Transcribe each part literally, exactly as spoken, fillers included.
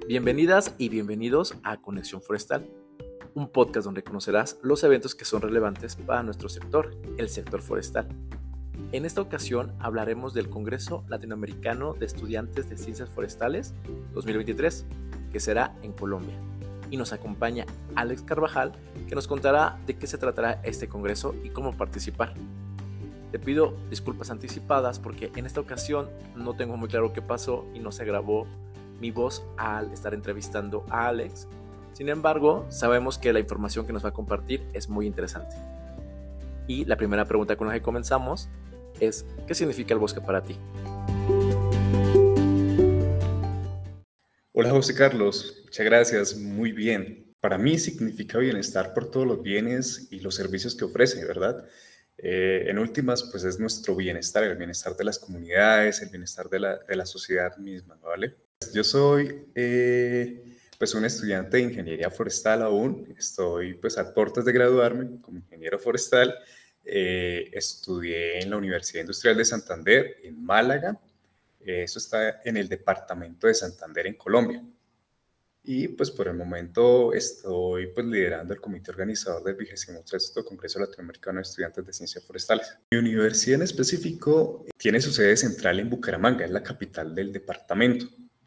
Bienvenidas y bienvenidos a Conexión Forestal, un podcast donde conocerás los eventos que son relevantes para nuestro sector, el sector forestal. En esta ocasión hablaremos del Congreso Latinoamericano de Estudiantes de Ciencias Forestales dos mil veintitrés, que será en Colombia. Y nos acompaña Alex Carvajal, que nos contará de qué se tratará este congreso y cómo participar. Te pido disculpas anticipadas porque en esta ocasión no tengo muy claro qué pasó y no se grabó mi voz al estar entrevistando a Alex. Sin embargo, sabemos que la información que nos va a compartir es muy interesante. Y la primera pregunta con la que comenzamos es: ¿qué significa el bosque para ti? Hola José Carlos, muchas gracias, muy bien. Para mí significa bienestar por todos los bienes y los servicios que ofrece, ¿verdad? Eh, en últimas, pues es nuestro bienestar, el bienestar de las comunidades, el bienestar de la, de la sociedad misma, ¿vale? Yo soy eh, pues un estudiante de ingeniería forestal aún, estoy pues a puertas de graduarme como ingeniero forestal. Eh, estudié en la Universidad Industrial de Santander, en Málaga. Eh, eso está en el departamento de Santander, en Colombia. Y pues por el momento estoy pues liderando el comité organizador del vigésimo sexto Congreso Latinoamericano de Estudiantes de Ciencias Forestales. Mi universidad en específico tiene su sede central en Bucaramanga, es la capital del departamento.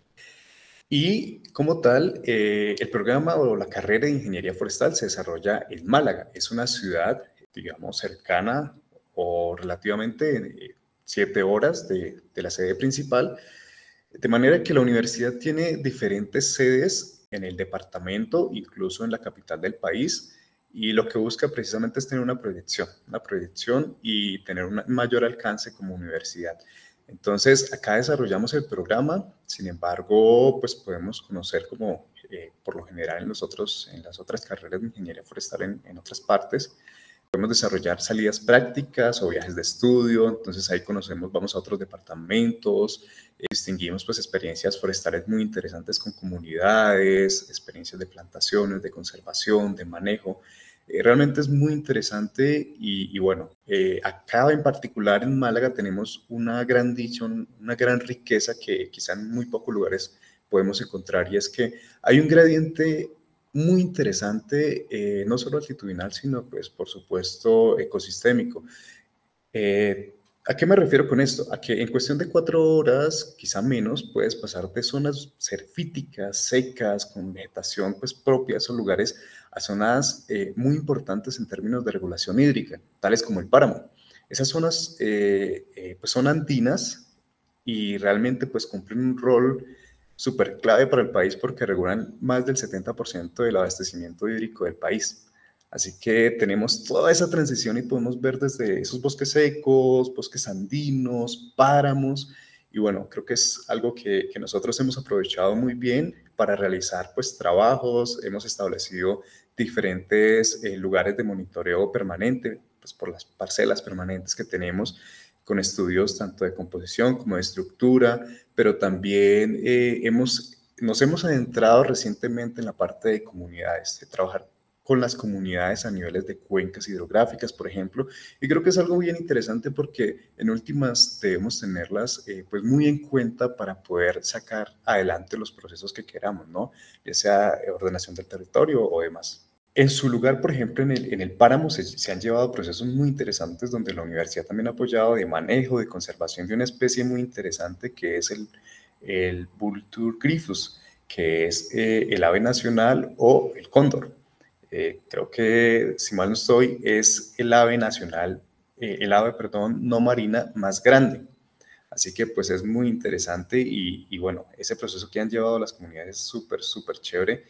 Y como tal, eh, el programa o la carrera de Ingeniería Forestal se desarrolla en Málaga. Es una ciudad, digamos, cercana o relativamente eh, siete horas de, de la sede principal. De manera que la universidad tiene diferentes sedes en el departamento, incluso en la capital del país, y lo que busca precisamente es tener una proyección, una proyección y tener un mayor alcance como universidad. Entonces, acá desarrollamos el programa. Sin embargo, pues podemos conocer como eh, por lo general en, los otros, en las otras carreras de ingeniería forestal en, en otras partes, podemos desarrollar salidas prácticas o viajes de estudio. Entonces ahí conocemos, vamos a otros departamentos, eh, distinguimos pues experiencias forestales muy interesantes con comunidades, experiencias de plantaciones, de conservación, de manejo. Eh, realmente es muy interesante y, y bueno, eh, acá en particular en Málaga tenemos una gran dicha, una gran riqueza que quizá en muy pocos lugares podemos encontrar, y es que hay un gradiente muy interesante, eh, no solo altitudinal, sino pues por supuesto ecosistémico. Eh, ¿A qué me refiero con esto? A que en cuestión de cuatro horas, quizá menos, puedes pasar de zonas serfíticas, secas, con vegetación pues propia de esos lugares, a zonas eh, muy importantes en términos de regulación hídrica, tales como el páramo. Esas zonas eh, eh, pues son andinas y realmente pues cumplen un rol súper clave para el país porque regulan más del setenta por ciento del abastecimiento hídrico del país. Así que tenemos toda esa transición y podemos ver desde esos bosques secos, bosques andinos, páramos. Y bueno, creo que es algo que, que nosotros hemos aprovechado muy bien para realizar pues trabajos. Hemos establecido diferentes eh, lugares de monitoreo permanente pues por las parcelas permanentes que tenemos, con estudios tanto de composición como de estructura, pero también eh, hemos, nos hemos adentrado recientemente en la parte de comunidades, de trabajar con las comunidades a niveles de cuencas hidrográficas, por ejemplo, y creo que es algo bien interesante porque en últimas debemos tenerlas eh, pues muy en cuenta para poder sacar adelante los procesos que queramos, ¿no? Ya sea ordenación del territorio o demás. En su lugar, por ejemplo, en el, en el páramo se, se han llevado procesos muy interesantes donde la universidad también ha apoyado de manejo, de conservación de una especie muy interesante que es el, el Vultur gryphus, que es eh, el ave nacional o el cóndor. Eh, creo que, si mal no estoy, es el ave nacional, eh, el ave, perdón, no marina más grande. Así que pues es muy interesante y, y bueno, ese proceso que han llevado las comunidades es súper, súper chévere.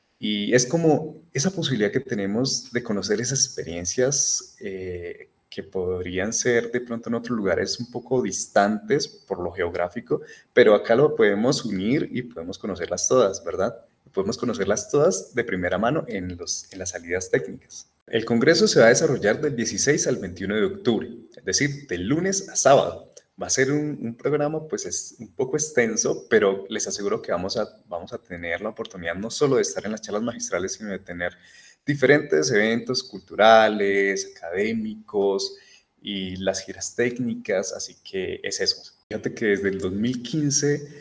Y es como esa posibilidad que tenemos de conocer esas experiencias eh, que podrían ser de pronto en otros lugares un poco distantes por lo geográfico, pero acá lo podemos unir y podemos conocerlas todas, ¿verdad? Podemos conocerlas todas de primera mano en, los, en las salidas técnicas. El congreso se va a desarrollar del dieciséis al veintiuno de octubre, es decir, del lunes a sábado. Va a ser un, un programa pues es un poco extenso, pero les aseguro que vamos a, vamos a tener la oportunidad no solo de estar en las charlas magistrales, sino de tener diferentes eventos culturales, académicos y las giras técnicas, así que es eso. Fíjate que desde el dos mil quince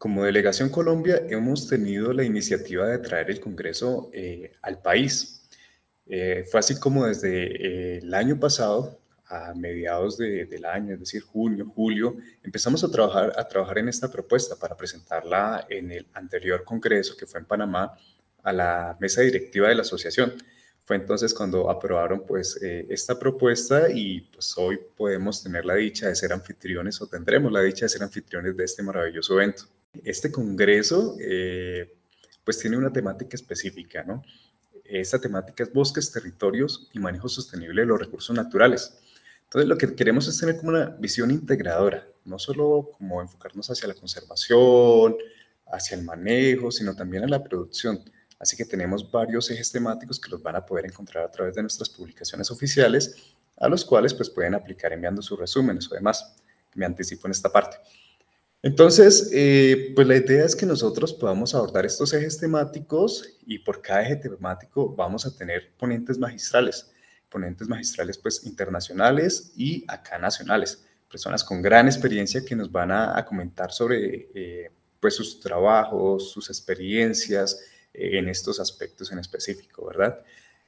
Como Delegación Colombia hemos tenido la iniciativa de traer el Congreso eh, al país. Eh, fue así como desde eh, el año pasado, a mediados de, del año, es decir, junio, julio, empezamos a trabajar, a trabajar en esta propuesta para presentarla en el anterior Congreso que fue en Panamá a la mesa directiva de la asociación. Fue entonces cuando aprobaron pues eh, esta propuesta y pues hoy podemos tener la dicha de ser anfitriones o tendremos la dicha de ser anfitriones de este maravilloso evento. Este congreso eh, pues tiene una temática específica, ¿no? Esta temática es bosques, territorios y manejo sostenible de los recursos naturales. Entonces lo que queremos es tener como una visión integradora, no solo como enfocarnos hacia la conservación, hacia el manejo, sino también a la producción. Así que tenemos varios ejes temáticos que los van a poder encontrar a través de nuestras publicaciones oficiales, a los cuales pues pueden aplicar enviando sus resúmenes o demás. Me anticipo en esta parte. Entonces, eh, pues la idea es que nosotros podamos abordar estos ejes temáticos y por cada eje temático vamos a tener ponentes magistrales, ponentes magistrales pues internacionales y acá nacionales, personas con gran experiencia que nos van a, a comentar sobre eh, pues sus trabajos, sus experiencias eh, en estos aspectos en específico, ¿verdad?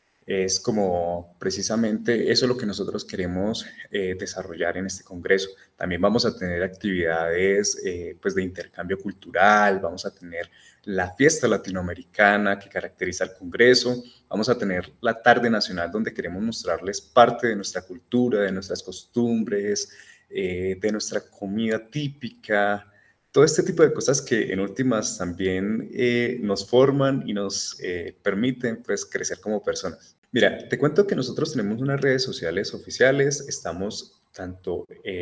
Es como precisamente eso lo que nosotros queremos eh, desarrollar en este congreso. También vamos a tener actividades eh, pues de intercambio cultural, vamos a tener la fiesta latinoamericana que caracteriza al congreso, vamos a tener la tarde nacional donde queremos mostrarles parte de nuestra cultura, de nuestras costumbres, eh, de nuestra comida típica, todo este tipo de cosas que en últimas también eh, nos forman y nos eh, permiten pues crecer como personas. Mira, te cuento que nosotros tenemos unas redes sociales oficiales, estamos tanto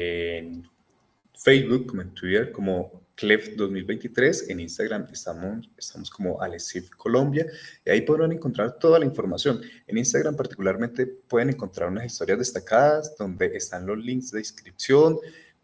en Facebook como en Twitter como C L E F dos mil veintitrés, en Instagram estamos, estamos como Alesif Colombia y ahí podrán encontrar toda la información. En Instagram particularmente pueden encontrar unas historias destacadas donde están los links de inscripción,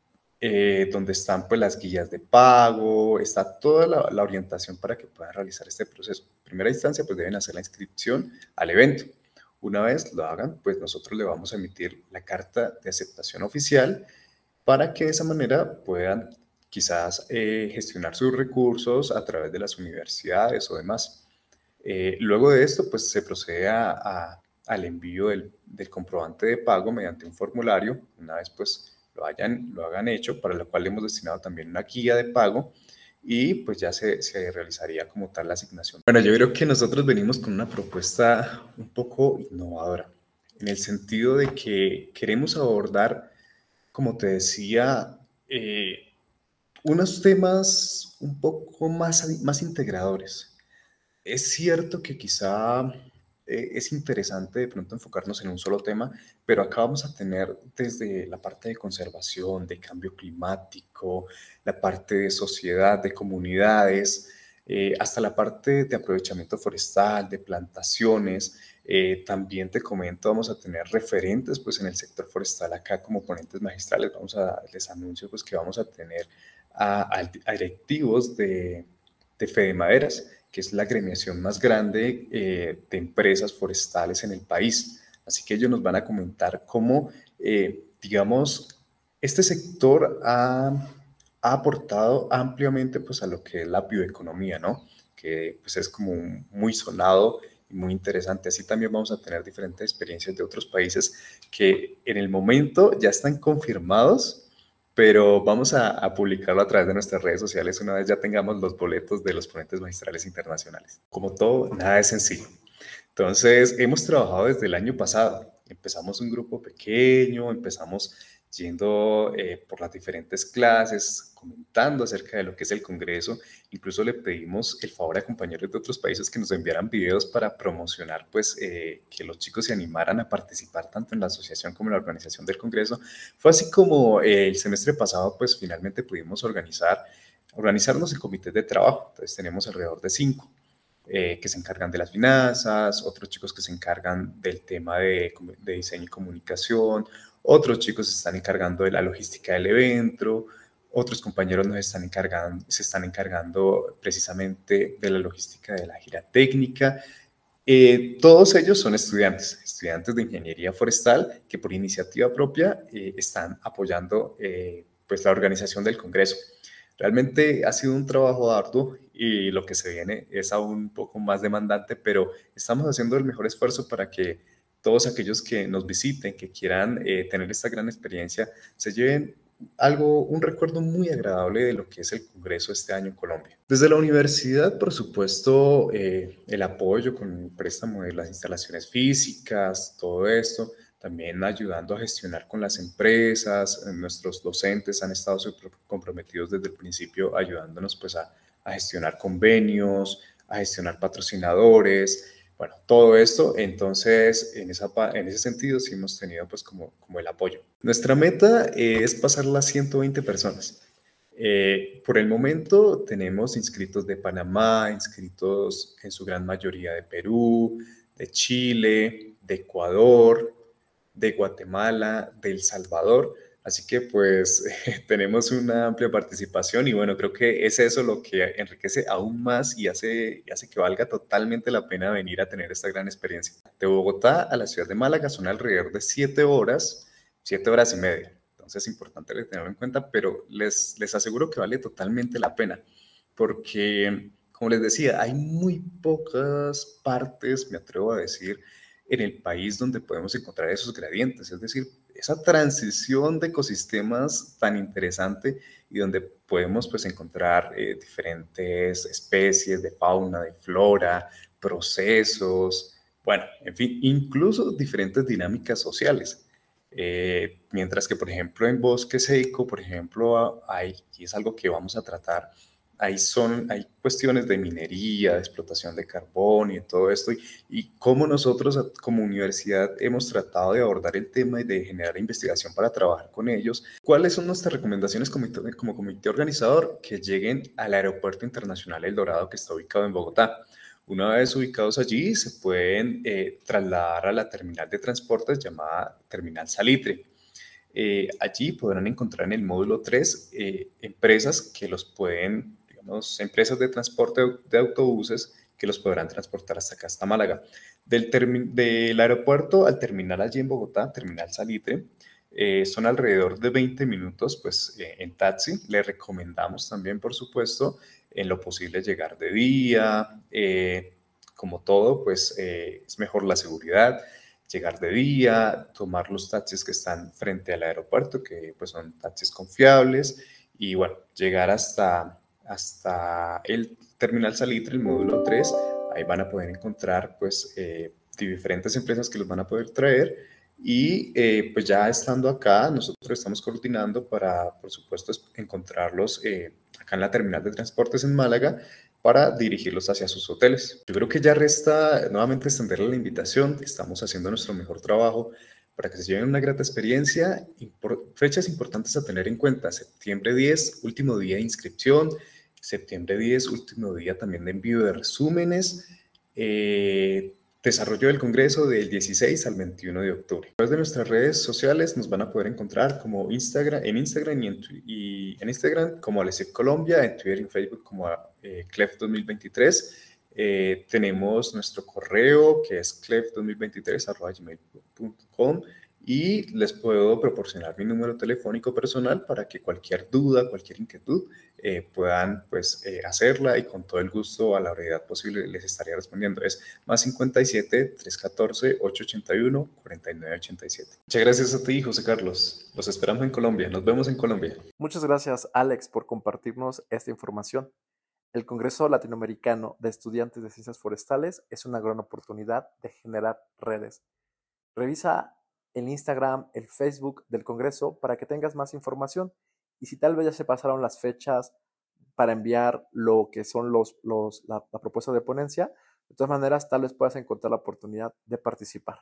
eh, donde están pues las guías de pago, está toda la, la orientación para que puedan realizar este proceso. En primera instancia pues deben hacer la inscripción al evento. Una vez lo hagan, pues nosotros le vamos a emitir la carta de aceptación oficial para que de esa manera puedan quizás eh, gestionar sus recursos a través de las universidades o demás. Eh, luego de esto, pues se procede a, a, al envío del, del comprobante de pago mediante un formulario, una vez pues lo, hayan, lo hagan hecho, para lo cual hemos destinado también una guía de pago y pues ya se, se realizaría como tal la asignación. Bueno, yo creo que nosotros venimos con una propuesta un poco innovadora, en el sentido de que queremos abordar, como te decía, eh, unos temas un poco más, más integradores. Es cierto que quizá eh, es interesante de pronto enfocarnos en un solo tema, pero acá vamos a tener desde la parte de conservación, de cambio climático, la parte de sociedad, de comunidades, eh, hasta la parte de aprovechamiento forestal, de plantaciones. Eh, también te comento, vamos a tener referentes pues en el sector forestal acá como ponentes magistrales. Vamos a, les anuncio pues que vamos a tener a, a directivos de, de Fedemaderas, que es la agremiación más grande eh, de empresas forestales en el país. Así que ellos nos van a comentar cómo, eh, digamos, este sector ha, ha aportado ampliamente pues, a lo que es la bioeconomía, ¿no? Que pues, es como un, muy sonado y muy interesante. Así también vamos a tener diferentes experiencias de otros países que en el momento ya están confirmados, pero vamos a, a, publicarlo a través de nuestras redes sociales una vez ya tengamos los boletos de los ponentes magistrales internacionales. Como todo, nada es sencillo. Entonces, hemos trabajado desde el año pasado. Empezamos un grupo pequeño, empezamos yendo eh, por las diferentes clases, comentando acerca de lo que es el Congreso. Incluso le pedimos el favor a compañeros de otros países que nos enviaran videos para promocionar, pues, eh, que los chicos se animaran a participar tanto en la asociación como en la organización del Congreso. Fue así como eh, el semestre pasado, pues, finalmente pudimos organizar, organizarnos en comités de trabajo. Entonces, tenemos alrededor de cinco. Eh, que se encargan de las finanzas, otros chicos que se encargan del tema de, de diseño y comunicación, otros chicos se están encargando de la logística del evento, otros compañeros nos están encargando, se están encargando precisamente de la logística de la gira técnica. Eh, todos ellos son estudiantes, estudiantes de ingeniería forestal que por iniciativa propia eh, están apoyando eh, pues la organización del Congreso. Realmente ha sido un trabajo arduo y lo que se viene es aún un poco más demandante, pero estamos haciendo el mejor esfuerzo para que todos aquellos que nos visiten, que quieran eh, tener esta gran experiencia, se lleven algo, un recuerdo muy agradable de lo que es el Congreso este año en Colombia. Desde la universidad, por supuesto, eh, el apoyo con el préstamo de las instalaciones físicas, todo esto, también ayudando a gestionar con las empresas. Nuestros docentes han estado súper comprometidos desde el principio, ayudándonos pues a, a gestionar convenios, a gestionar patrocinadores. Bueno, todo esto, entonces, en, esa, en ese sentido, sí hemos tenido pues como, como el apoyo. Nuestra meta eh, es pasar las ciento veinte personas. Eh, por el momento tenemos inscritos de Panamá, inscritos en su gran mayoría de Perú, de Chile, de Ecuador, de Guatemala, de El Salvador. Así que pues tenemos una amplia participación y bueno, creo que es eso lo que enriquece aún más y hace, y hace que valga totalmente la pena venir a tener esta gran experiencia. De Bogotá a la ciudad de Málaga son alrededor de siete horas, siete horas y media. Entonces es importante tenerlo en cuenta, pero les, les aseguro que vale totalmente la pena porque, como les decía, hay muy pocas partes, me atrevo a decir, en el país donde podemos encontrar esos gradientes, es decir, esa transición de ecosistemas tan interesante y donde podemos pues encontrar eh, diferentes especies de fauna, de flora, procesos, bueno, en fin, incluso diferentes dinámicas sociales. Eh, mientras que, por ejemplo, en bosque seco, por ejemplo, hay, y es algo que vamos a tratar, Hay, son, hay cuestiones de minería, de explotación de carbón y todo esto, y, y cómo nosotros como universidad hemos tratado de abordar el tema y de generar investigación para trabajar con ellos. ¿Cuáles son nuestras recomendaciones como, como comité organizador? Que lleguen al Aeropuerto Internacional El Dorado, que está ubicado en Bogotá. Una vez ubicados allí, se pueden eh, trasladar a la terminal de transportes llamada Terminal Salitre. Eh, allí podrán encontrar en el módulo tres eh, empresas que los pueden, digamos, empresas de transporte de autobuses que los podrán transportar hasta acá, hasta Málaga. Del, del aeropuerto al terminal allí en Bogotá, Terminal Salitre, eh, son alrededor de veinte minutos pues, eh, en taxi. Les recomendamos también, por supuesto, en lo posible llegar de día. Eh, como todo, pues eh, es mejor la seguridad. Llegar de día, tomar los taxis que están frente al aeropuerto, que pues son taxis confiables, y bueno, llegar hasta, hasta el Terminal Salitre, el módulo tres, ahí van a poder encontrar pues eh, diferentes empresas que los van a poder traer, y eh, pues ya estando acá, nosotros estamos coordinando para, por supuesto, encontrarlos eh, acá en la terminal de transportes en Málaga, para dirigirlos hacia sus hoteles. Yo creo que ya resta nuevamente extenderle la invitación. Estamos haciendo nuestro mejor trabajo para que se lleven una grata experiencia. Fechas importantes a tener en cuenta: septiembre diez, último día de inscripción; septiembre diez, último día también de envío de resúmenes; eh, desarrollo del Congreso del dieciséis al veintiuno de octubre. A través de nuestras redes sociales nos van a poder encontrar como Instagram, en Instagram y en, y en Instagram como Alesef Colombia, en Twitter y en Facebook como eh, C L E F dos mil veintitrés. Eh, tenemos nuestro correo que es clef dos mil veintitrés arroba gmail punto com, y les puedo proporcionar mi número telefónico personal para que cualquier duda, cualquier inquietud eh, puedan pues eh, hacerla, y con todo el gusto a la brevedad posible les estaría respondiendo. Es más cincuenta y siete, trescientos catorce, ochocientos ochenta y uno, cuarenta y nueve ochenta y siete. Muchas gracias a ti, José Carlos. Los esperamos en Colombia. Nos vemos en Colombia. Muchas gracias, Alex, por compartirnos esta información. El Congreso Latinoamericano de Estudiantes de Ciencias Forestales es una gran oportunidad de generar redes. Revisa el Instagram, el Facebook del Congreso para que tengas más información, y si tal vez ya se pasaron las fechas para enviar lo que son los, los, la, la propuesta de ponencia, de todas maneras tal vez puedas encontrar la oportunidad de participar.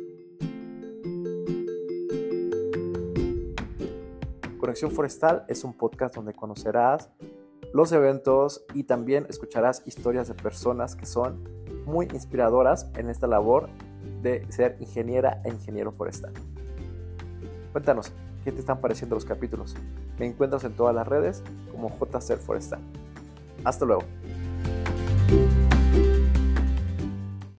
Conexión Forestal es un podcast donde conocerás los eventos y también escucharás historias de personas que son muy inspiradoras en esta labor de ser ingeniera e ingeniero forestal. Cuéntanos, ¿qué te están pareciendo los capítulos? Me encuentras en todas las redes como J C Forestal. Hasta luego.